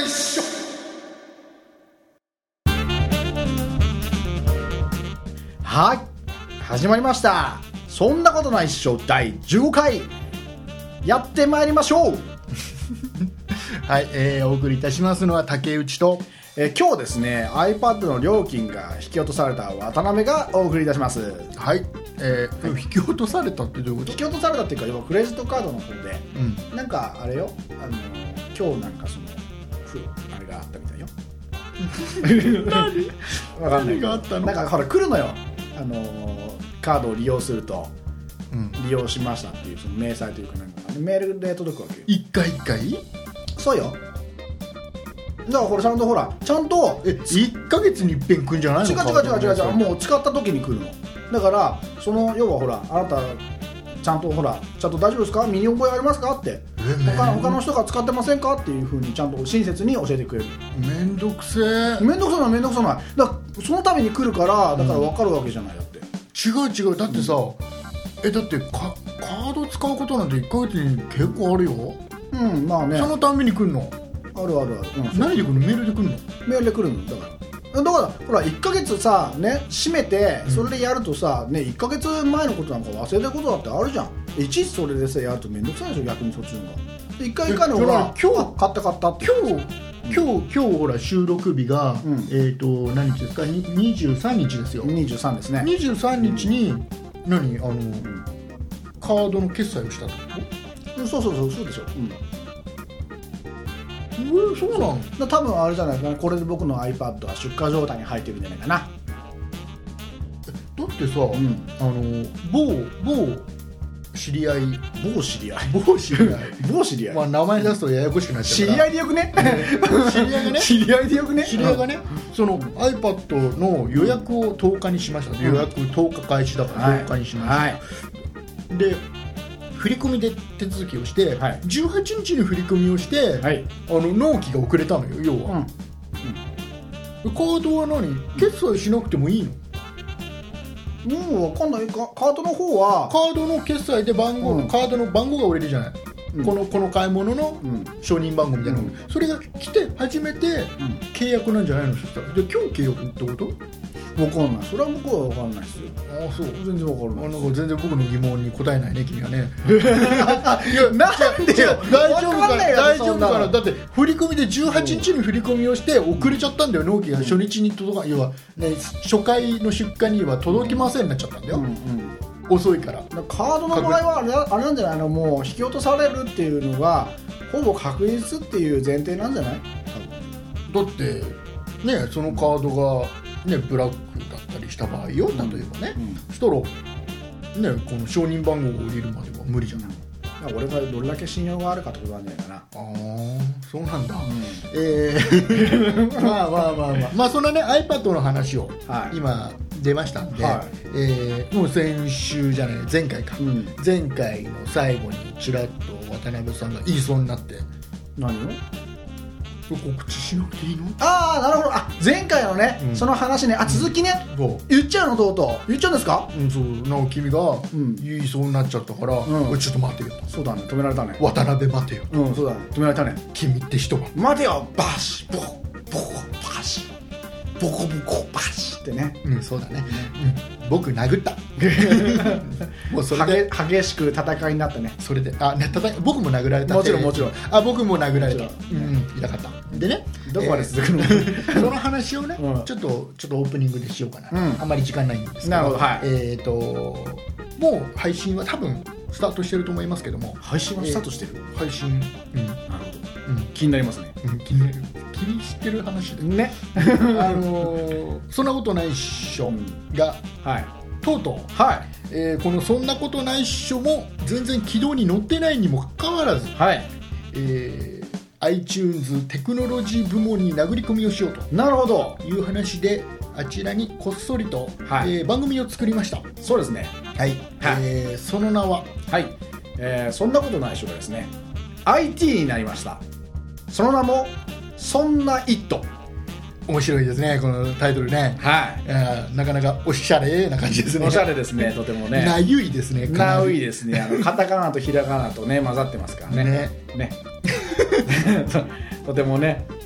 しょ。はい、始まりました。そんなことないっしょ第15回やってまいりましょう。 はい、お送りいたしますのは竹内と、 今日ですね iPad の料金が引き落とされた渡辺がお送りいたします。 はい、引き落とされたってどういうこと？ 引き落とされたっていうか、今クレジットカードの方で、なんかあれよ、今日なんかそのあれがあったみたいよ。わかんない。 何があったの？ なんかほら来るのよ、カードを利用すると、利用しましたっていうその明細というか、なんかメールで届くわけよ。 一回一回？ そうよ。だからほらちゃんと 1ヶ月に一遍来るんじゃないの？ 違う、もう使った時に来るの。だからその要はほら、あなたちゃんと大丈夫ですか、身に覚えありますかって、他の人が使ってませんかっていう風にちゃんと親切に教えてくれる。 めんどくさない。だからそのために来るから、だから分かるわけじゃない。だって違うだってさ、だってカード使うことなんて1ヶ月に結構あるよ。 まあね、 そのために来るの？ ある、 何で来るの？メールで来るの？ メールで来るの。だからほら1ヶ月さね閉めて、それでやるとさ、ね、1ヶ月前のことなんか忘れてることだってあるじゃん。いちいちそれでさやるとめんどくさいでしょ、逆にそっちの方が。1回1回のほら今日買ったって今日ほら収録日が、何日ですか、23日ですよ。 23ですね。 23日にカードの決済をしたってこと？ そうでしょ。 そうなの？ 多分あれじゃないかな、これで僕の iPad は出荷状態に入ってるんじゃないかな。 だってさ、某知り合いまあ名前出すとややこしくなっちゃうから。 知り合いでよくね。 知り合いがね、その iPad の予約を10日にしました。予約10日開始だから10日にしました。で振り込みで手続きをして、18日に振り込みをして、納期が遅れたのよ、要は。カードは決済しなくてもいいの？ もう分かんない。カードの方はカードの決済でカードの番号が売れるじゃない、この買い物の承認番号みたいなの、それが来て初めて契約なんじゃないの？そしたらで今日契約ってこと？ 分かんない。それは僕は分かんないですよ。 ああ、そう。 全然分かんない。 なんか全然僕の疑問に答えないね、君はね。 いや、なんでよ。 大丈夫かな。だって振り込みで18日に振り込みをして遅れちゃったんだよ。納期が初日に届かない、要はね、初回の出荷には届きませんになっちゃったんだよ。遅いから。 カードの場合はあれなんじゃないの？もう引き落とされるっていうのがほぼ確実っていう前提なんじゃない？ だってね、そのカードがブラックだったりした場合よ、例えばね、そしたらね、この承認番号を入れるまでは無理じゃない。 俺がどれだけ信用があるかってことなんじゃないかな。 そうなんだ。まあそのね iPad の話を今出ましたんで、もう先週じゃない、前回か、前回の最後にちらっと渡辺さんが言いそうになって、 何を告知しなくていいの？ なるほど。前回のね、その話ね、続きね、言っちゃうの？とうとう言っちゃうんですか？ そう、君が言いそうになっちゃったから、ちょっと待てよ。 そうだね、止められたね。 渡辺待てよ。 そうだね、止められたね。 君って人が待てよ、バシボコボコバシボコボコバシってね。 そうだね。僕殴った。もうそれで激しく戦いになったね。 それで僕も殴られた。 もちろん。 僕も殴られた。痛かった。でね、 どこまで続くの？ その話をね、ちょっとオープニングでしようかな。あんまり時間ないんですけど。 なるほど。 もう配信は多分スタートしてると思いますけども。 配信はスタートしてる？ 配信。なるほど。気になりますね。 気になる。君知ってる話でね。そんなことないっしょが、とうとう、このそんなことないっしょも全然軌道に乗ってないにもかかわらず、iTunes テクノロジー部門に殴り込みをしようという話で、あちらにこっそりと、番組を作りました。 そうですね。 その名は、 そんなことないっしょがですね、IT になりました。その名もそんなイット。 面白いですね、このタイトルね。なかなかおしゃれな感じですね。 おしゃれですね、とてもね。 なゆいですね。 なゆいですね。カタカナとひらがなとね混ざってますからね。とてもね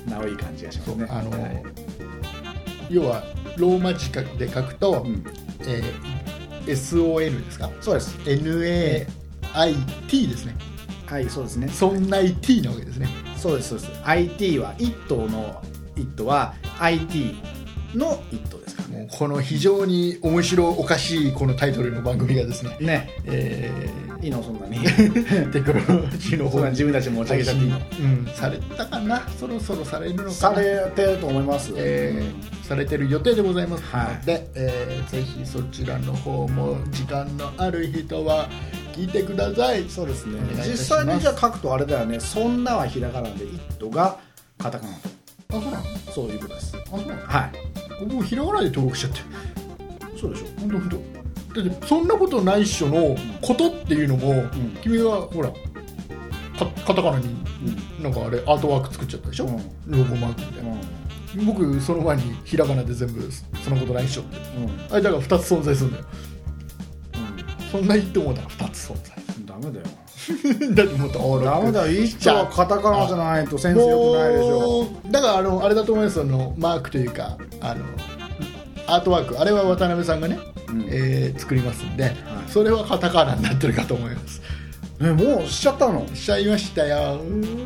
なおいい感じがしますね。 要はローマ字で書くと、SON ですか？ そうです。 NAIT ですね。 はい、そうですね。 そんな IT なわけですね。 そうですそうです。 IT は一頭の一は IT の一頭ですからね。 もうこの非常に面白おかしいこのタイトルの番組がですね、 いいのそんなにテクノロジーの方に自分たち持ち上げちゃっていいの？ されたかな、そろそろされるのかな。 されてると思います、 されてる予定でございますので、ぜひそちらの方も時間のある人は聞いてください。 そうですね。実際にじゃあ書くとあれだよね。そんなはひらがなで、イットがカタカナ。 あ、そうなの？ そういうことです。 あ、そうなの？ はい。 僕もひらがなで登録しちゃって。 そうでしょ。 本当。だってそんなことないっしょのことっていうのも、君がほらカタカナになんかあれアートワーク作っちゃったでしょ、ロゴマークみたいな、僕その前にひらがなで全部そんなことないっしょって、あれだから2つ存在するんだよ、そんな言ってもだから2つ存在。 ダメだよだってもっとダメだよ。一丁はカタカナじゃないとセンス良くないでしょ。 だからあれだと思います。マークというかアートワーク、あれは渡辺さんがね、作りますんで、それはカタカナになってるかと思います。 もうしちゃったの？ しちゃいましたよ。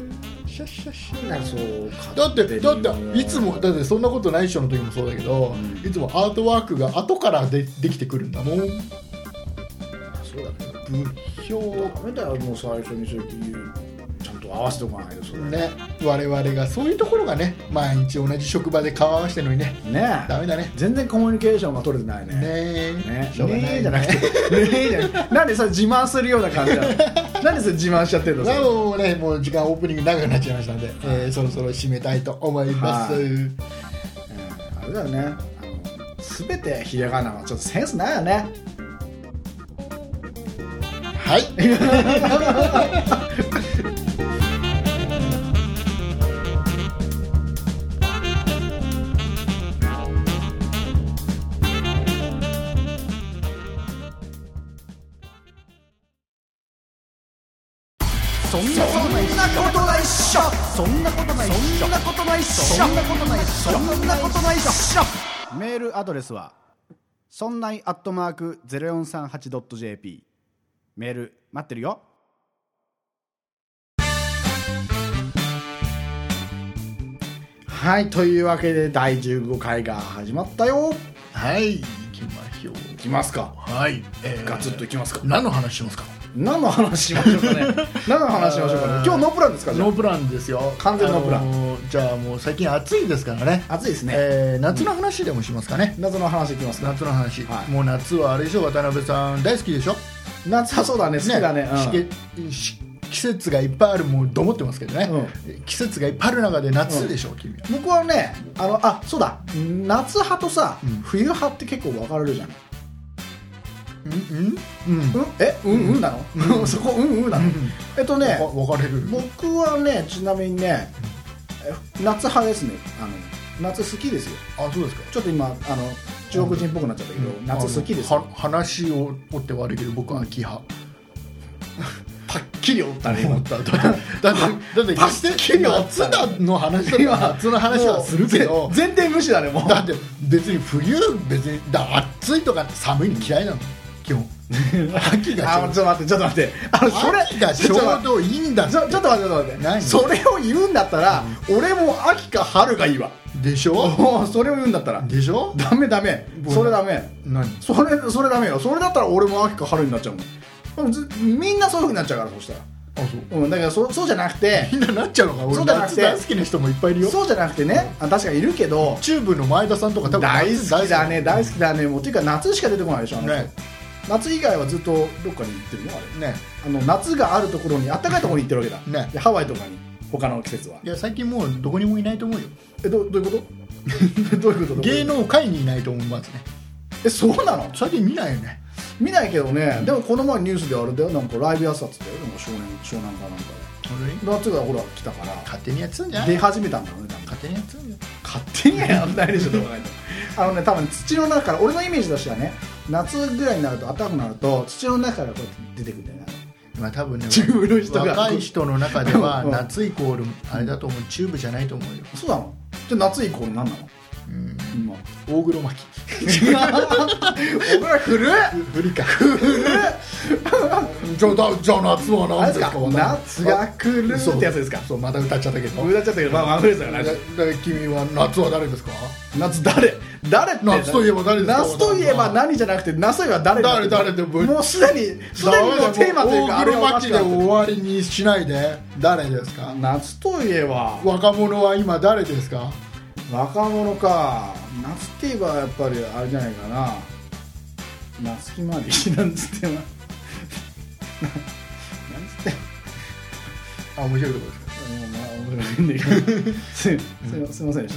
そうだっていつもだってそんなことないっしょの時もそうだけど、いつもアートワークが後からできてくるんだもん。そうだね。物評ダメだよ。もう最初にそういうちゃんと合わせておかないとそれね。我々がそういうところがね、毎日同じ職場で顔合わせてるのにね、ダメだね。 全然コミュニケーションが取れてないね。 ねしょうがないじゃなくてねじゃなくて、なんでそれ自慢するような感じなの？なんでそれ自慢しちゃってるの？ もう時間オープニング長くなっちゃいましたので、そろそろ締めたいと思います。 あれだよね。全てひらがなはちょっとセンスないよね。 はい。 そんなことないっしょ。そんなことないっしょ。そんなことないっしょ。そんなことないっしょ。そんなことないっしょ。メールアドレスはそんない @0438.jp。 メール待ってるよ。はい、というわけで第15回が始まったよ。 はい、行きましょう。 行きますか。 はい、 ガツッと行きますか。 何の話しますか？ 何の話しましょうかね。何の話しましょうかね。今日ノープランですか？ ノープランですよ。 完全ノープラン。 じゃあもう最近暑いですからね。 暑いですね。 夏の話でもしますかね。 夏の話いきますか。 夏の話、もう夏はあれでしょ、渡辺さん大好きでしょ。 夏はそうだね、好きだね。 季節がいっぱいある、もうどもってますけどね、季節がいっぱいある中で夏でしょ、君は。僕はね、そうだ、夏派とさ、冬派って結構分かれるじゃん。なの？そこなの？分かれる。 僕はね、ちなみにね、夏派ですね。夏好きですよ。 あ、そうですか。 ちょっと今中国人っぽくなっちゃったけど、夏好きですよ。 話を追って悪いけど僕は秋派。 はっきりおったね。 だって夏の話とか夏の話はするけど全然無視だね。もうだって別に別に暑いとか寒いの嫌いなの基本。秋がちょっと待って秋がちょうどいいんだ。 ちょっと待ってそれを言うんだったら、俺も秋か春がいいわ。 でしょ。 それを言うんだったらでしょ。 ダメそれダメ。 何それダメよ。それだったら俺も秋か春になっちゃうもん。みんなそういう風になっちゃうから。そしたらだからそうじゃなくて、 みんななっちゃうのか。俺夏大好きな人もいっぱいいるよ。 そうじゃなくてね、確かにいるけど、 チューブの前田さんとか多分大好きだね。もうっていうか夏しか出てこないでしょ。夏以外はずっとどっかに行ってるのあれね。夏があるところに、暖かいところに行ってるわけだね。ハワイとかに、他の季節は。 いや最近もうどこにもいないと思うよ。 どういうことどういうこと？ 芸能界にいないと思いますね。 そうなの？ 最近見ないよね。 見ないけどね。でもこの前ニュースであれだよ、なんかライブやってたっつったよ。なんか湘南かなんかで夏がほら来たから勝手にやってたんじゃない？ 出始めたんだろうね。 勝手にやってたんだよ。 勝手にはやんないでしょ。どう考えても多分土の中から、俺のイメージとしてはね、夏ぐらいになると暖かくなると土の中からこうやって出てくるんだよね。 まあ多分ねチューブの人が若い人の中では夏イコールあれだと思う、チューブじゃないと思うよ。 そうなの？じゃあ夏イコール何なの？今大黒摩季。 大黒古っ古いか。じゃあ夏は何ですか？ 夏が来るってやつですか？ そう、また歌っちゃったけど。 歌っちゃったけど、まあ古いですからね。 君は夏は誰ですか？ 夏誰って夏といえば誰ですか？ 夏といえば何じゃなくて、夏といえば誰でもうすでにのテーマというか、 大黒摩季で終わりにしないで。誰ですか？ 夏といえば若者は今誰ですか？ 若者か。夏って言えばやっぱりあれじゃないかな、夏木マリなんつってなんつって面白いところですか？ 面白いんだけどすいませんでした。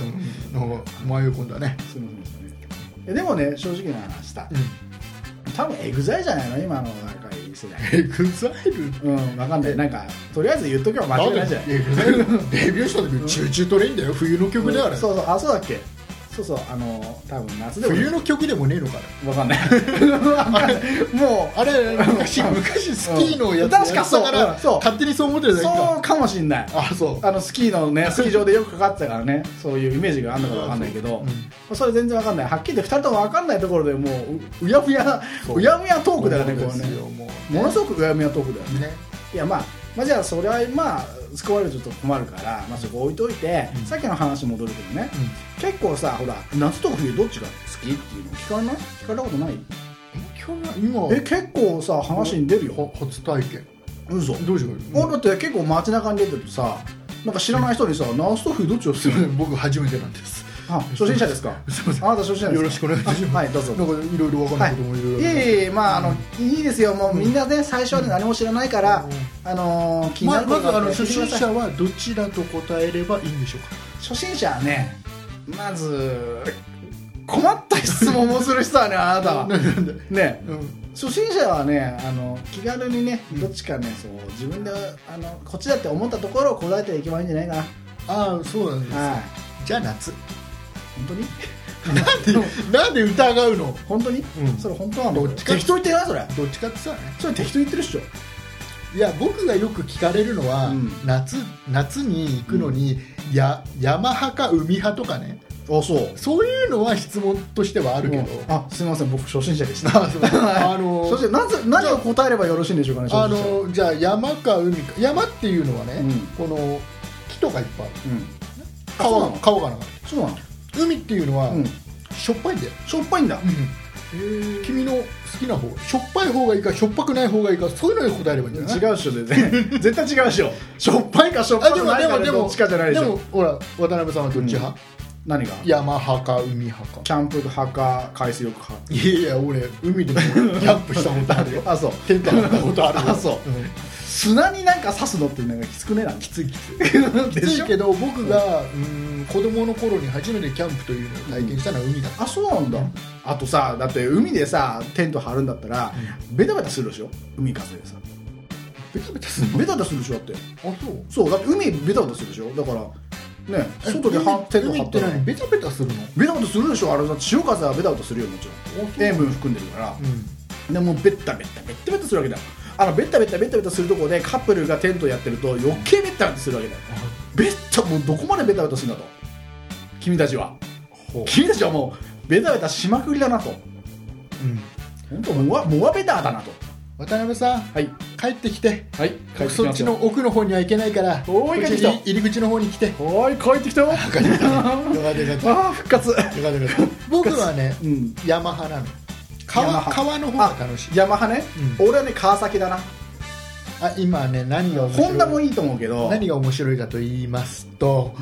なんか迷い込んだね。 すいませんでしたね。でもね、正直な話した、多分エグザイルじゃないの今の若い世代。 エグザイル？ 分かんない。なんかとりあえず言っとけば間違いないじゃない。 エグザイルデビューした時チューチュートレインだよ。冬の曲だよあれ。 そうそう、そうだっけ。そう多分夏でも冬の曲でもねえのかな。分かんないもうあれ昔スキーのやつ確かそうから勝手にそう思ってるだけか。 そうかもしんない。 そうスキーのね、スキー場でよくかかってたからね、そういうイメージがあるのか分かんないけど、それ全然分かんない。はっきり言って2人とも分かんないところでもううやむやトークだよね。これね、ものすごくうやむやトークだよね。いやまあじゃあそれはまあ救われるとちょっと困るから、そこ置いといて、さっきの話戻るけどね、結構さ、ほら夏と冬どっちが好きっていうの聞かない？聞かれたことない？ 今結構さ話に出るよ。 初体験。 嘘？ どうしよう。 だって結構街中に出てるとさ、なんか知らない人にさ、夏と冬どっちが好き？ 僕初めてなんです。 初心者ですか？ すみません。 あなた初心者ですか？ よろしくお願いします。 はい、どうぞ。 なんかいろいろ分かんないこともいろいろ。 いえまあいいですよ。もうみんなね、最初は何も知らないから、気になることがあってまず初心者はどちらと答えればいいんでしょうか？ 初心者はね、まず困った質問をする人はね、あなたはね、初心者はね、気軽にね、どっちかね、そう自分でこっちだって思ったところを答えていけばいいんじゃないかな。 ああ、そうなんです。じゃあ夏。 本当に？ なんで疑うの？ 本当に？それ本当なの？適当言ってない？それどっちかってさね、 それ適当言ってるっしょ。 いや、僕がよく聞かれるのは、夏に行くのに、山派か海派とかね。そういうのは質問としてはあるけど、 すみません、僕初心者でした。何を答えればよろしいんでしょうかね。 じゃあ山か海か。山っていうのはね、この木とかいっぱいある、川が流れる。そうなの。海っていうのはしょっぱいんだよ。 しょっぱいんだ。 君の好きな方、しょっぱい方がいいかしょっぱくない方がいいか、そういうので答えればいいんじゃない？ 違うっしょ。絶対違うっしょ。しょっぱいかしょっぱくないかでどっちかじゃないでしょ。 でもほら、渡辺さんはどっち派？ 何が？ 山派か海派か。 キャンプ派か海水浴派。 いや俺海でもキャンプしたことあるよ。 そう。 テント張ったことあるよ。 そう。砂になんか刺すのってなんかきつくねえな。きついきついけど、僕が子供の頃に初めてキャンプというのを体験したのは海だった。 そうなんだ。あとさ、だって海でさテント張るんだったらベタベタするでしょ。海風でさベタベタする。ベタベタするでしょ。だってそうだって海ベタベタするでしょ。だからね、外でテント張ったらベタベタするの？ ベタベタするでしょ。あれだって潮風はベタベタするよ、もちろん。塩分含んでるから。でもベタベタするわけだよ。ベタベタするところでカップルがテントやってると余計ベタベタするわけだよ。もうどこまでベタベタするんだと。君たちはもうベタベタしまくりだなと。本当モアベタだなと。 渡辺さん、帰ってきて。そっちの奥の方には行けないから、入り口の方に来て。 帰ってきたよ。復活。 僕はね、山派なの。川の方が楽しい。 山派ね。俺はね、川崎だな。 今ね、何が面白い？ ホンダもいいと思うけど、 何が面白いかと言いますと、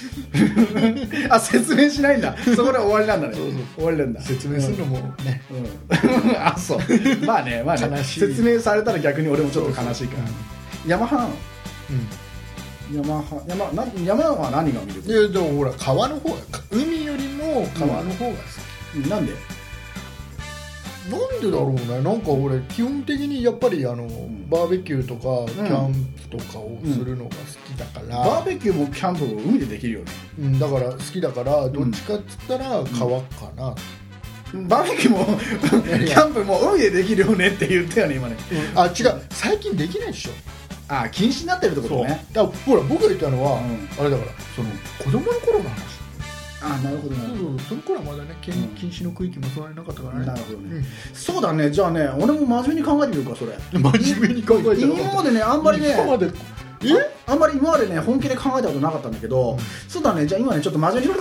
説明しないんだ。そこで終わりなんだね。終わりなんだ。 説明するのもね。 そう。まあね、説明されたら逆に俺もちょっと悲しいから。山派なの？山は何が魅力？ いやでもほら、川の方が、海よりも川の方が好き。 なんで？ なんでだろうね。なんか俺基本的にやっぱりバーベキューとかキャンプとかをするのが好きだから、 バーベキューもキャンプも海でできるよね。 だから好きだから、どっちかっつったら川かな。 バーベキューもキャンプも海でできるよねって言ったよね今ね、 あ違う最近できないでしょ。 あ禁止になってるってことね。 だからほら僕が言ったのは、あれだからその子供の頃の話。 あなるほどね。 その頃はまだね禁止の区域もそんなになかったからね。 なるほどね、そうだね。じゃあね俺も真面目に考えてみるかそれ。 真面目に考えてみる。 今までねあんまりねあんまり今までね本気で考えたことなかったんだけど、そうだね。じゃあ今ねちょっと真面目にチ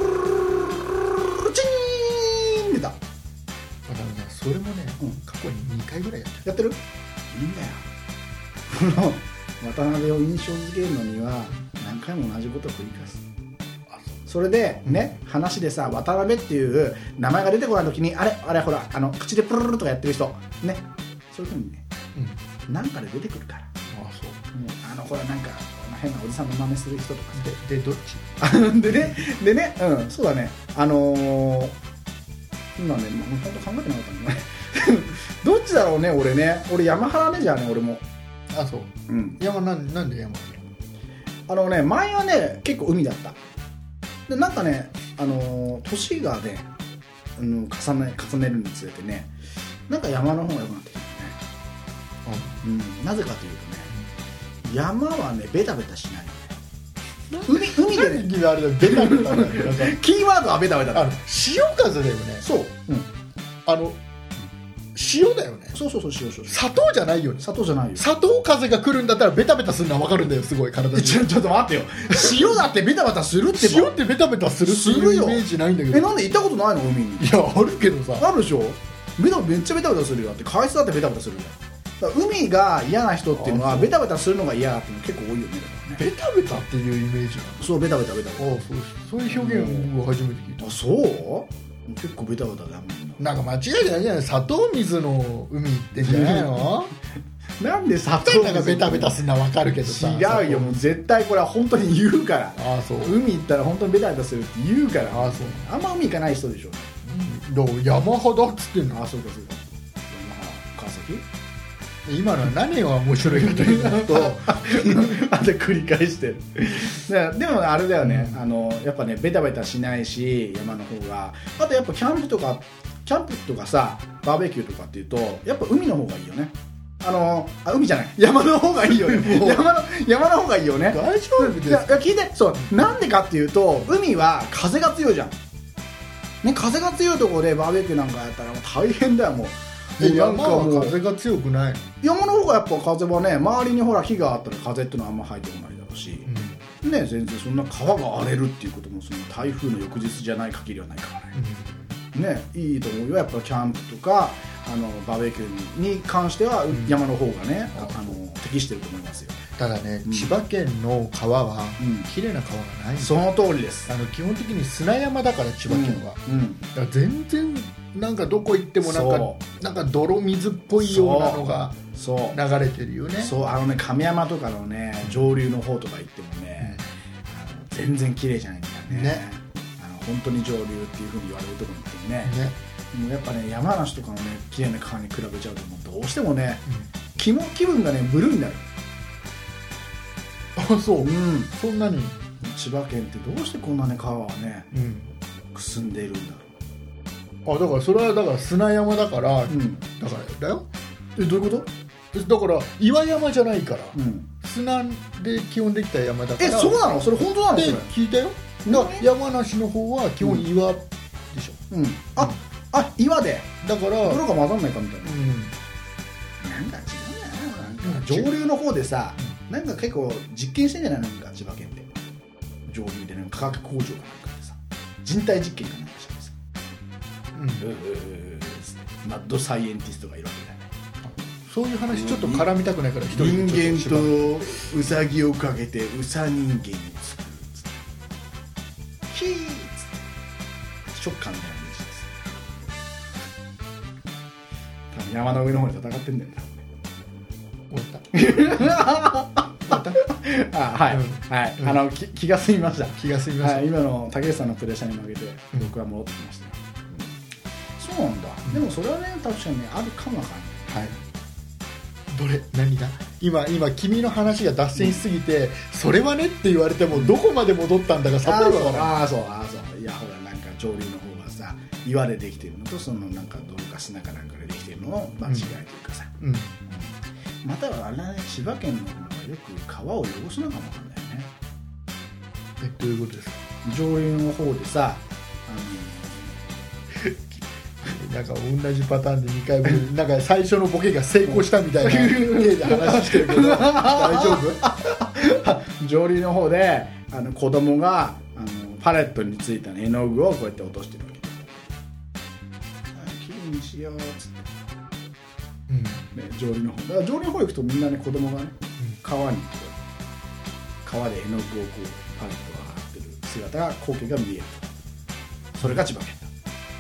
ーン出た。 それもね、過去に2回ぐらいやってる。いいんだよ。この渡辺を印象づけるのには何回も同じことを繰り返す。それでね、話でさ渡辺っていう名前が出てこない時にあれほら口でプルルルとかやってる人ね、そういう風にね、なんかで出てくるから。ほらなんか変なおじさんの真似する人とかでどっちでねそうだね今ねもう本当考えてなかったんだねどっちだろうね。俺山原ね。じゃあね俺もそう、山なんで山原前はね結構海だったで、なんかね年がね重ねるにつれてねなんか山の方が良くなってきたね。なぜかというとね山はねベタベタしないのね。海でねあれだベタベタキーワードはベタベタだ。 潮風だよね。そう、塩だよね。 そう塩砂糖じゃないよね。 砂糖じゃないよ。 砂糖風が来るんだったらベタベタするのは分かるんだよ。すごい体に。 ちょっと待ってよ。塩だってベタベタするって。 塩ってベタベタするっていうイメージないんだけど。 なんで行ったことないの海に。 いやあるけどさ。 あるでしょ。めっちゃベタベタするよ。だって海水だってベタベタするよ。海が嫌な人っていうのはベタベタするのが嫌だっていうの結構多いよね。 ベタベタっていうイメージなの。 そうベタベタ。 そういう表現を初めて聞いた。 そう結構ベタベタだもん。 なんか間違いじゃないじゃない。砂糖水の海ってんじゃないのなんで砂糖がベタベタするのは分かるけどさ。 違うよ。もう絶対これは本当に言うから。 そう海行ったら本当にベタベタするって言うから。 そうあんま海行かない人でしょ。 山肌っつってんの。 そうか川崎。 今のは何が面白いかというとあと繰り返してるでもあれだよね、やっぱねベタベタしないし山の方が。あとやっぱキャンプとかさバーベキューとかっていうとやっぱ海の方がいいよね。海じゃない山の方がいいよね山の方がいいよね。 大丈夫ですか。 聞いて。そうなんでかっていうと海は風が強いじゃんね。風が強いところでバーベキューなんかやったらもう大変だよ。もう山は風が強くない。 山の方がやっぱ風はね周りにほら火があったら風っていうのはあんま入ってこないだろうし、ね、全然そんな川が荒れるっていうこともその台風の翌日じゃない限りはないからね、いいと思うよ。やっぱキャンプとかバーベキューに関しては山の方がね、適してると思いますよ。 ただね、千葉県の川は綺麗な川がないんです。 その通りです。 基本的に砂山だから千葉県は、だから全然なんかどこ行ってもなんか泥水っぽいようなのが流れてるよね。 亀山とかのね上流の方とか行ってもね、全然綺麗じゃないんだよね。本当に上流っていう風に言われるところに行ってもね、もうやっぱね山梨とかのね綺麗な川に比べちゃうともうどうしてもね、気分がねブルーになる。 そう、そんなに千葉県ってどうしてこんなね川はね、くすんでいるんだろう。 だからそれはだから砂山だから、だからだよ。 どういうこと？ だから岩山じゃないから、砂で基本できた山だから。 そうなの？それ本当なの？ で聞いたよ。山梨の方は基本岩でしょ。 岩でだから泥が混ざんないかみたいな。なんか違うな。なんか上流の方でさ、なんか結構実験してんじゃないの？なんか千葉県で上流で化学工場かなんかでさ人体実験かなんかしてさ、マッドサイエンティストがいるわけだよね。 そういう話ちょっと絡みたくないから一人人間とウサギをかけてウサ人間を作るっつってキーッつってショッカーみたいな話です。多分山の上の方で戦ってんだよな。終わったはい、気が済みました。今の竹内さんのプレッシャーに負けて僕は戻ってきました、そうなんだ、でもそれはね確かにねあるかもわかんない。 どれ何が今君の話が脱線しすぎて、それはねって言われてもどこまで戻ったんだかさっぱりわからない。 そういやほらなんか上流の方がさ岩でできてるのとそのなんか泥か砂かなんかでできてるのの間違いというかさ、うん、またはあれだね千葉県の方がよく川を汚すのかもわかんないよね。 どういうことですか？ 上流の方でさなんか同じパターンで2回目なんか最初のボケが成功したみたいな例で話してるけど大丈夫？上流の方で子供がパレットについた絵の具をこうやって落としてるわけ。きれいにしようっつって、うんね、上流の方だから上流の方行くとみんなね子供がね、川に川で絵の具をこうパレットが洗ってる姿が光景が見えると。それが千葉県だ。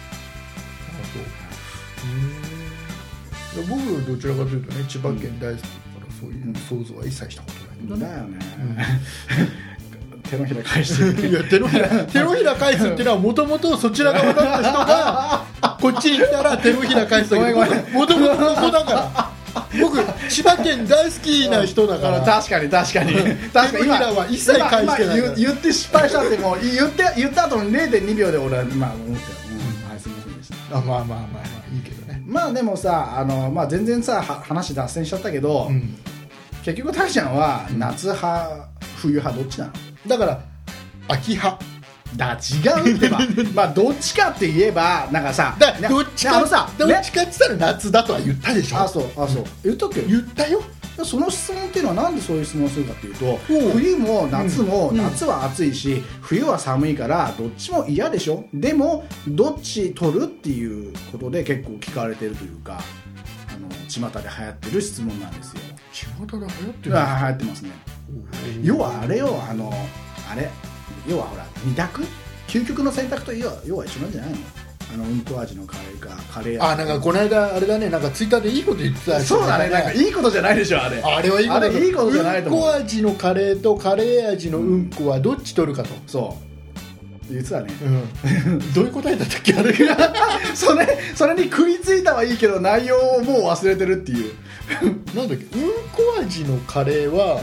僕はどちらかというとね千葉県大好きだからそういう想像は一切したことないだよね、手のひら返してる。 いや手のひら返すっていうのはもともとそちら側だった人がこっちに来たら手のひら返すだけどもともとここだから僕千葉県大好きな人だから確かに手のひらは一切返してないから。 言って失敗したってもう言った後に 0.2 秒で俺はまあ思ったよ、すみませんでした。 まあいいけどね。 まあでもさ全然さ話脱線しちゃったけど、結局タキちゃんは夏派、冬派どっちなの？ だから秋派違うってばまあどっちかって言えばなんかさどっちかって言ったら夏だとは言ったでしょ。 そう言ったっけ？ 言ったよ。 その質問っていうのはなんでそういう質問をするかっていうと、冬も夏も、夏は暑いし冬は寒いからどっちも嫌でしょ。でもどっち取るっていうことで結構聞かれてるというか巷で流行ってる質問なんですよ。 巷で流行ってる？ 流行ってますね。要はあれよ要はほら二択究極の選択と要は一緒なんじゃないの？うんこ味のカレーかカレー味。 なんかこの間あれだねなんかツイッターでいいこと言ってた。 そうだねなんかいいことじゃないでしょあれはいいことじゃないと思う。 うんこ味のカレーとカレー味のうんこはどっち取るかと。 そう実はね、 どういう答えだったっけあれそれに食いついたはいいけど内容をもう忘れてるっていうなんだっけうんこ味のカレーは、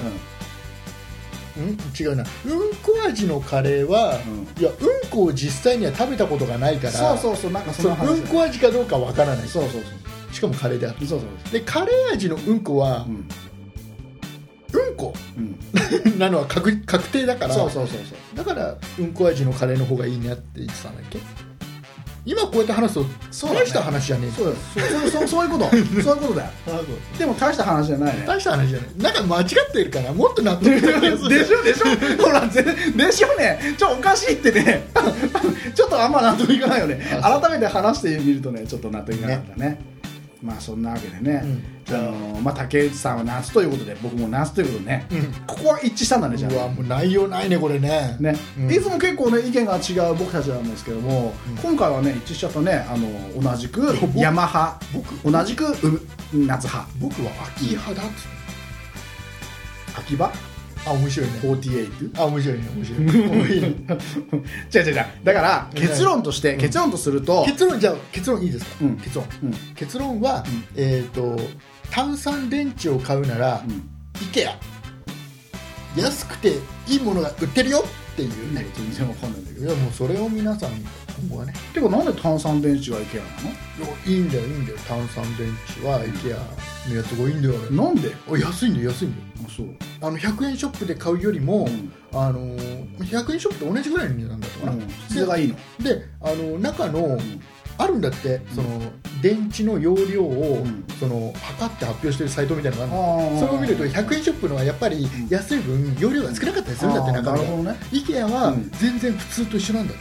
違うなうんこ味のカレーは、いやうんこを実際には食べたことがないからそうなんかその話うんこ味かどうかわからない。 そうしかもカレーである。 そうでカレー味のうんこは、うんこ、なのは確定だからそうだからうんこ味のカレーの方がいいなって言ってたんだっけ。今こうやって話すと大した話じゃねえ。 そういうことだよでも大した話じゃないね。 大した話じゃない。なんか間違ってるからもっと納得でしょほらでしょねおかしいってねちょっとあんま納得いかないよね。改めて話してみるとねちょっと納得いかなかったね。まあそんなわけでね、竹内さんは夏ということで僕も夏ということでね、ここは一致したんだね。じゃあもう内容ないねこれね。 いつも結構ね意見が違う僕たちなんですけども、今回はね一致しちゃったね。同じく山派、同じく夏派。 僕は秋派だっつ。 秋葉？ 面白いね。 48？ 面白いね。 違うだから結論とすると結論いいですか？結論は炭酸電池を買うなら IKEA 安くていいものが売ってるよっていうね。 全然わかんないんだけど。 いやもうそれを皆さん今後はね。 てかなんで炭酸電池は IKEA なの？ いいんだよ炭酸電池は IKEA のやつがいいんだよ。 なんで？ 安いんだよ。 そう 100円ショップで買うよりも、100円ショップと同じぐらいの値段だったかな。 質がいいので中のあるんだって、その電池の容量を、測って発表してるサイトみたいなのがあるんだ。それを見ると100円ショップのはやっぱり安い分容量が少なかったりするんだって。中身が IKEA は全然普通と一緒なんだって。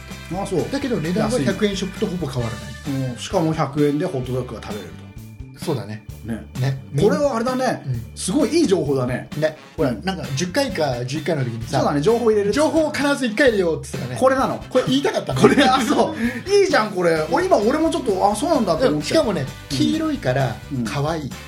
だけど値段は100円ショップとほぼ変わらない。 しかも100円でホットドッグが食べれると。 そうだね。 これはあれだね、すごいいい情報だね。 ほらなんか10回か11回の時にさ、 そうだね、情報入れる。 情報を必ず1回入れようって言ったらね。 これなの。 これ言いたかったの。 これそういいじゃんこれ。俺もちょっとそうなんだって思って。 しかもね黄色いから可愛い。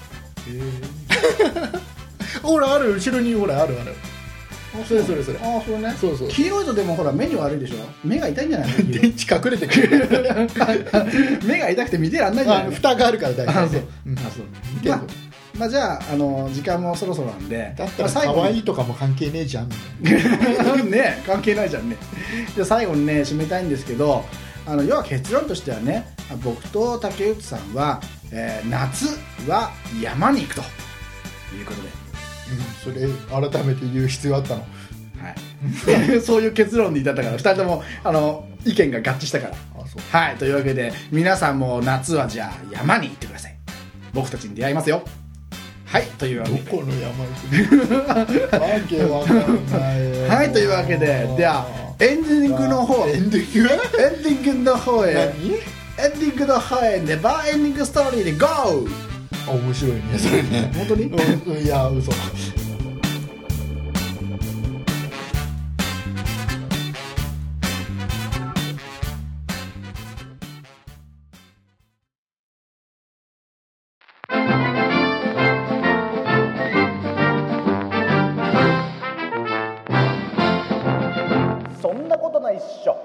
ほらある後ろにほらある。それ。それね。そう。 黄色いとでもほら目に悪いでしょ。目が痛いんじゃないの？ 電池隠れてくる。 目が痛くて見てらんないじゃないの。 蓋があるから大丈夫。 まあ、じゃあ、時間もそろそろなんで、 だったら可愛いとかも関係ねえじゃんね、関係ないじゃんね。で最後にね締めたいんですけど、要は結論としてはね、僕と竹内さんは、夏は山に行くということで、 それ改めて言う必要あったの？ はいそういう結論に至ったから、2人とも意見が合致したから。はい、というわけで皆さんも夏はじゃあ山に行ってください。僕たちに出会いますよ。はい、というわけでどこの山行くのわけわかんないよはい、というわけで、ではエンディングの方、エンディングの方へ、エンディングの方へネバーエンディングストーリーで GO！ 面白いねそれね。 本当に？ いや嘘。 そんなことないっしょ。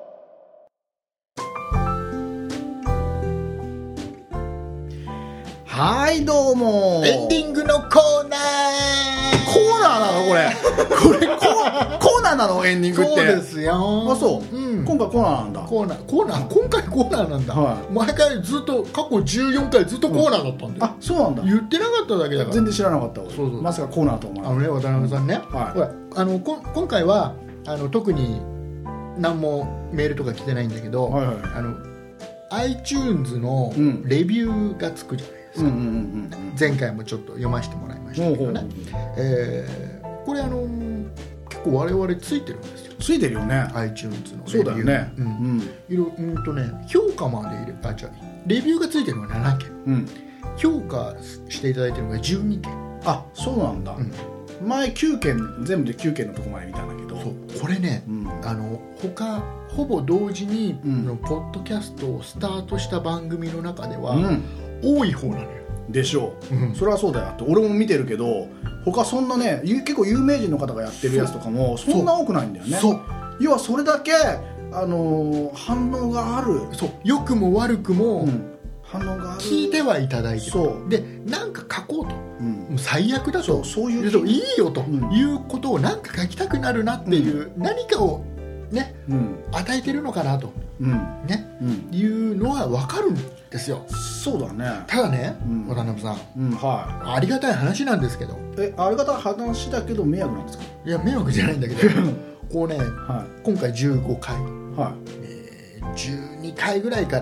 はいどうも。 エンディングのコーナー。 コーナーなのこれコーナーなのエンディングって。 そうですよ。 あ、そう、うん、今回コーナーなんだ。 今回コーナーなんだ、はい、毎回ずっと過去14回ずっとコーナーだったんだよ、 あ、そうなんだ。 言ってなかっただけだから。 全然知らなかったわ。 そうまさかコーナーと思わない。 渡辺さんね、 はい、 ほら今回は特に何もメールとか来てないんだけど、 はいはい、 iTunes のレビューがつくじゃないですか。前回もちょっと読ませてもらいましたけどね、これ結構我々ついてるんですよ。 ついてるよね iTunes のレビュー。 そうだよね、 評価まで入れレビューがついてるのが7件、評価していただいてるのが12件。あ、 そうなんだ、前9件全部で9件のとこまで見たんだけど、 そうこれね、他ほぼ同時に、ポッドキャストをスタートした番組の中では、多い方なのよ。 でしょう、それはそうだよって俺も見てるけど、他そんなね結構有名人の方がやってるやつとかもそんな多くないんだよね。そう、要はそれだけ、反応がある。 そう、良くも悪くも、 反応がある。 聞いてはいただいてる。 そうで、なんか書こうと、もう最悪だと、 そういういいよということをなんか書きたくなるなっていう、何かをね、与えてるのかなと、いうのは分かるんですよ。 そうだね。 ただね、渡辺さん、ありがたい話なんですけど。 ありがたい話だけど迷惑なんですか？ いや、迷惑じゃないんだけどこうね、今回15回、12回ぐらいから、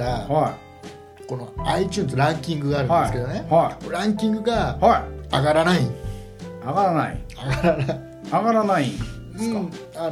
この iTunes ランキングがあるんですけどね、ランキングが上がらない。 上がらないんですか？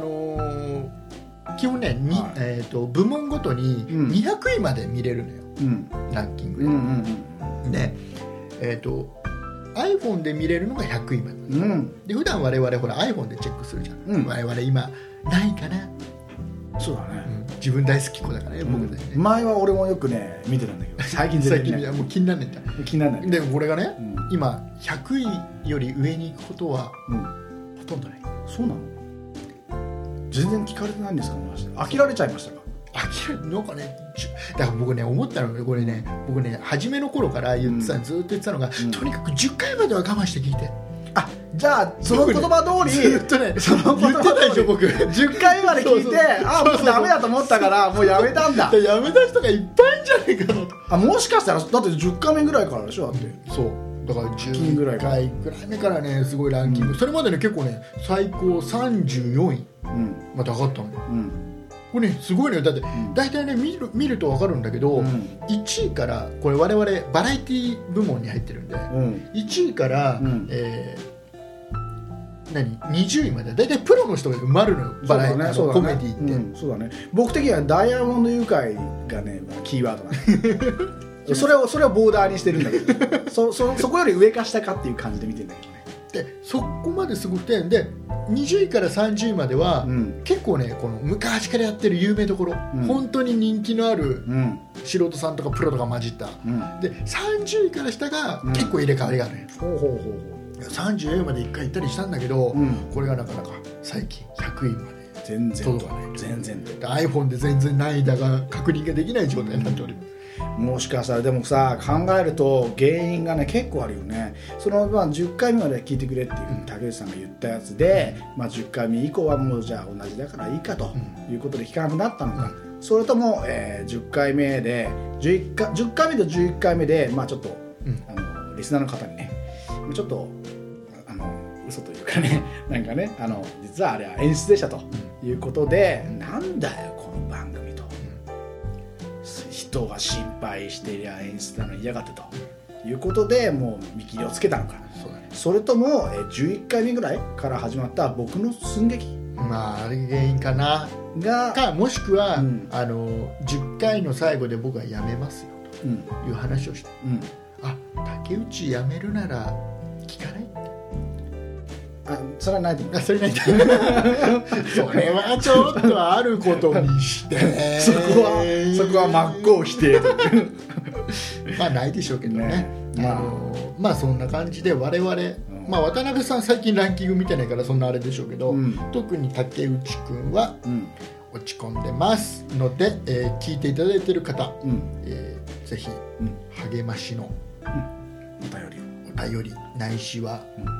基本ね、部門ごとに200位まで見れるのよ、ランキングで。iPhone で見れるのが100位まで、で普段我々ほら iPhone でチェックするじゃん、我々今ないかな。 そうだね、 自分大好き子だからね、僕たちね。 前は俺もよくね見てたんだけど、最近全然ね、 もう気にならないんだ。 気にならない。 でもこれがね、今100位より上に行くことはほとんどない。 そうなの？全然聞かれてないんですか？飽きられちゃいましたか？ なんかね、だから僕ね思ったのが、これね、僕ね初めの頃からずっと言ってたのが、とにかく10回までは我慢して聞いて。あ、じゃあその言葉通り、ずっとね、その言葉通り言ってたでしょ僕。10回まで聞いて、あ、もうダメだと思ったからもうやめたんだ。やめた人がいっぱいいるんじゃないかなと。あ、もしかしたらだって10回目ぐらいからでしょ。だってそうだから10回ぐらい目からね、すごいランキング、それまでね結構ね最高34位まで上がったのよ。これねすごいのよ。だって大体ね見ると分かるんだけど、1位からこれ我々バラエティ部門に入ってるんで、1位から、20位まで大体プロの人が埋まるのよ、バラエティコメディって。そうだね。僕的にはダイヤモンドユカイがねキーワードなんでそれをボーダーにしてるんだけどそこより上か下かっていう感じで見てるんだけどね。でそこまですごくて、で20位から30位までは、結構ねこの昔からやってる有名どころ、本当に人気のある、素人さんとかプロとか混じった、で30位から下が結構入れ替わりがある、34位まで1回行ったりしたんだけど、これがなかなか最近100位まで全然届かない。全然 iPhone で全然難易度が確認ができない状態になっております。 もしかしたらでもさ考えると原因がね結構あるよね。その、10回目まで聞いてくれっていうふうに竹内さんが言ったやつで、10回目以降はもうじゃあ同じだからいいかということで聞かなくなったのか、それとも、10回目で10回目と11回目で、ちょっと、リスナーの方にねちょっと嘘というかねなんかね実はあれは演出でしたということで、なんだよこの番組と、人が心配していりゃ演出なの嫌がってということでもう見切りをつけたのか、それとも11回目ぐらいから始まった僕の寸劇、 あれ原因かなか、もしくは、10回の最後で僕はやめますよという話をして、竹内やめるなら聞かないそれはないと思う。 それないそれはちょっとあることにしてそこは真っ向否定ないでしょうけどね。そんな感じで我々、渡辺さん最近ランキング見てないからそんなあれでしょうけど、特に竹内くんは落ち込んでますので、聞いていただいている方、ぜひ励ましのお便りないしは、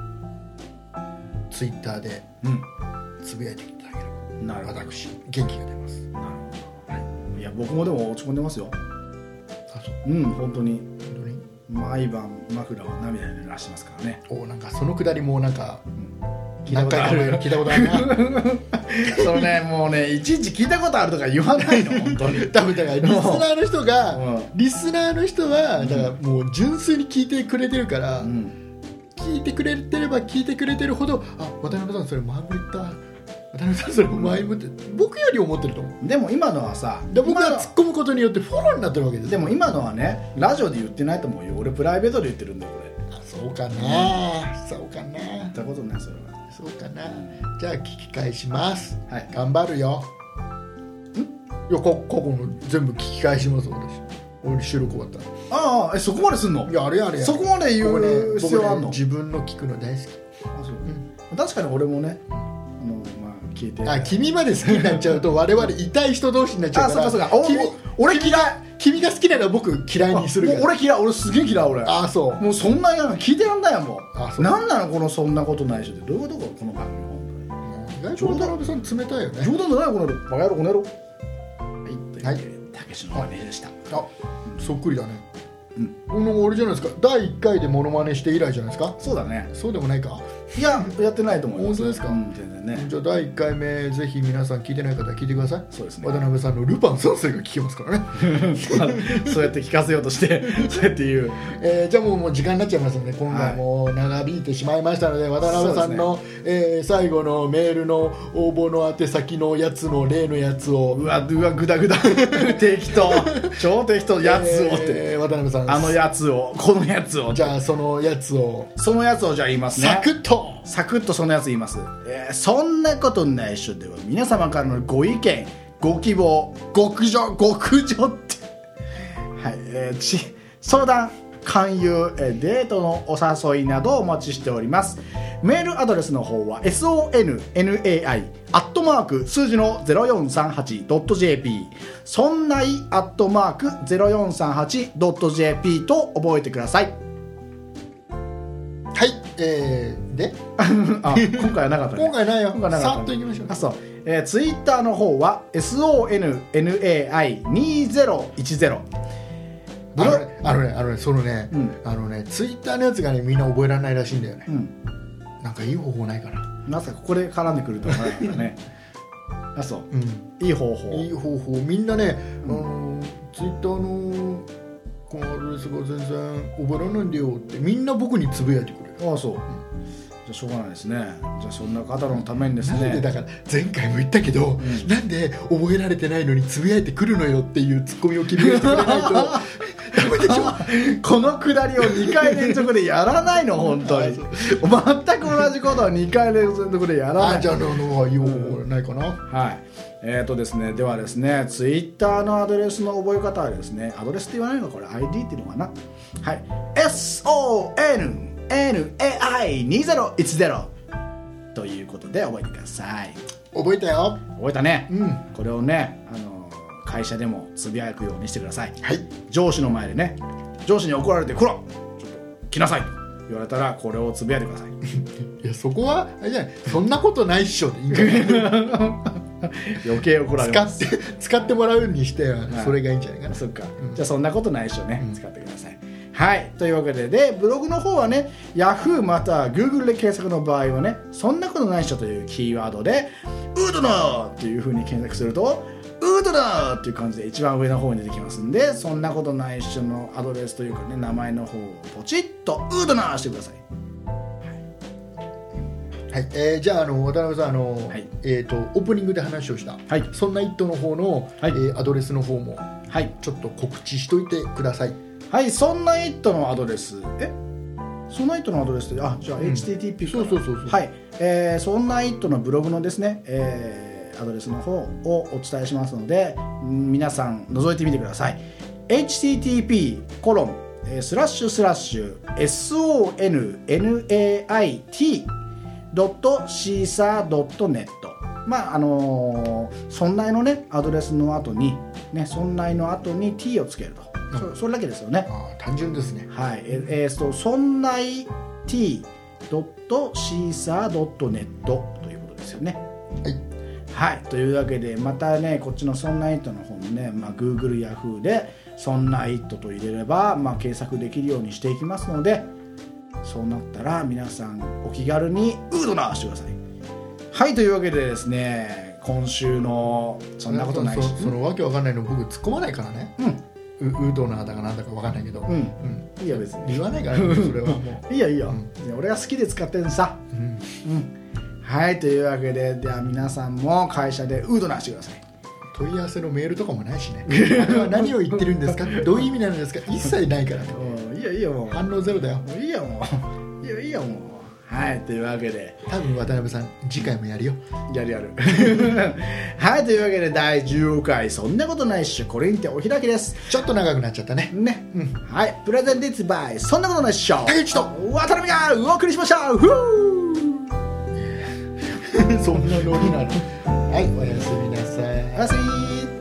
ツイッターでつぶやいていただければ、私元気が出ます。なるほど、いや僕もでも落ち込んでますよ。本当に毎晩枕を涙で濡らしてますからね。 なんかそのくだりもなんか、 聞いたことあるなそのねもうねいちいち聞いたことあるとか言わないの本当に多分だからリスナーの人がだからもう純粋に聞いてくれてるから、聞いてくれてれば聞いてくれてるほど、渡辺さんそれ前も言った、渡辺さんそれ前もって僕より思ってると思う。 でも今のはさ、 僕が突っ込むことによってフォローになってるわけです。 でも今のはねラジオで言ってないと思うよ。俺プライベートで言ってるんだよこれ。 そうかな、言ったことないそれは。 そうかな、じゃあ聞き返します。頑張るよ。いや過去の全部聞き返します。俺収録終わったら。 そこまですんの？ いやあれそこまで言う必要あんの？ 自分の聞くの大好き。 確かに俺もね聞いて。 君まで好きになっちゃうと我々痛い人同士になっちゃうから。 そうか俺嫌い。 君が好きなら僕嫌いにするから。 俺すげえ嫌い俺。 そう。 もうそんな聞いてらんないやんもう。なんなのこのそんなことない人ってどういうことこの番組本当に。意外と渡辺さん冷たいよね。 冗談じゃないこのバカ野郎この野郎。はい。たけしのマネでした。 そっくりだね。俺じゃないですか。第1回でモノマネして以来じゃないですか。 そうだね。 そうでもないか。 いややってないと思います。 本当ですか。 全然ね。 じゃあ第1回目ぜひ皆さん聞いてない方は聞いてください。 そうですね。 渡辺さんのルパン三世が聞けますからねそうやって聞かせようとしてそうやって言う、 じゃあもう時間になっちゃいますので今回も長引いてしまいましたので、渡辺さんの、最後のメールの応募の宛先のやつの例のやつをうわグダグダ適当超適当やつをって、 渡辺さんこのやつをじゃあそのやつをじゃあ言いますね。サクッとそのやつ言います。そんなことないっしょでは皆様からのご意見ご希望極上って相談勧誘デートのお誘いなどお待ちしております。メールアドレスの方は sonnai@ 数字の 0438.jp そんない 0438.jp と覚えてください。 はい、で今回はなかったね。 今回ないよ。さっといきましょう。 そう、ツイッターの方は sonnai2010 ツイッターのやつがねみんな覚えられないらしいんだよね。なんかいい方法ないかな。 まさかここで絡んでくるとは思わなかったね。そう、いい方法みんなね、ツイッターのこのアドレスが全然覚えられないんだよってみんな僕につぶやいてくれる。 そう、じゃあしょうがないですね。じゃあそんな方のためにですね、 なんでだから前回も言ったけど、なんで覚えられてないのにつぶやいてくるのよっていうツッコミを決めてくれないとダメでしょこのくだりを2回連続でやらないの本当に全く同じことを2回連続でやらない。 じゃあいい方法ないかな。 はい、ですね、ではですね、ツイッターのアドレスの覚え方はですね、アドレスって言わないのかこれ ID っていうのかな。はい、sonnai2010 ということで覚えてください。 覚えたよ。 覚えたね。これをね、 会社でもつぶやくようにしてください。 はい、 上司の前でね、上司に怒られてこらちょっと来なさいと言われたらこれをつぶやいてください。 いやそこはあれじゃない、そんなことないっしょでいいんじゃない余計怒られます。 使ってもらうにしてはそれがいいんじゃないかな。 そっか、じゃあそんなことないっしょね、使ってください。はい、というわけで、ブログの方はね Yahoo または Google で検索の場合はね、そんなことないっしょというキーワードでウードナーっていう風に検索するとウードナーっていう感じで一番上の方に出てきますんで、そんなことないっしょのアドレスというかね、名前の方をポチッとウードナーしてください。 はい、じゃあ渡辺さんはい、オープニングで話をした、 はい、 そんなイットの方の、はい、アドレスの方も、はい、ちょっと告知しといてください。 はい、そんなイットのアドレス、そんなイットのアドレスで、じゃあ HTTP そうはい、そんなイットのブログのですね、アドレスの方をお伝えしますので、皆さん覗いてみてください。http://sonnait.caesar.net まあそんないのねアドレスの後にね、そんないの後に t をつけると、それだけですよね。 単純ですね。 はい、そんない t.caesar.net ということですよね。はい、はい、というわけでまたね、こっちのそんなイットの方もね、Google、Yahoo でそんなイットと入れれば、検索できるようにしていきますので、そうなったら皆さんお気軽にウードナーしてください。はい、というわけでですね、今週のそんなことないし、 そのわけわかんないの僕突っ込まないからね。ウードナーだかなんだかわかんないけど、 いいや別に言わないからね、それはもういいよいいよ、俺が好きで使ってるさ。はい、というわけで、では皆さんも会社でウードナーしてください。 問い合わせのメールとかもないしね。あれは何を言ってるんですか、どういう意味なんですか、一切ないからね。 いいよいいよ、もう反応ゼロだよ。 もういいよ、もういいよいいよ、もう。はい、というわけで多分渡辺さん次回もやるよ。 やるはい、というわけで第10回そんなことないっしょ、これにてお開きです。 ちょっと長くなっちゃったね。 はい、プレゼンティッツバイそんなことないっしょ、 竹内と渡辺がお送りしました。 そんなノリなの。はい、おやすみなさい。 おやすみ。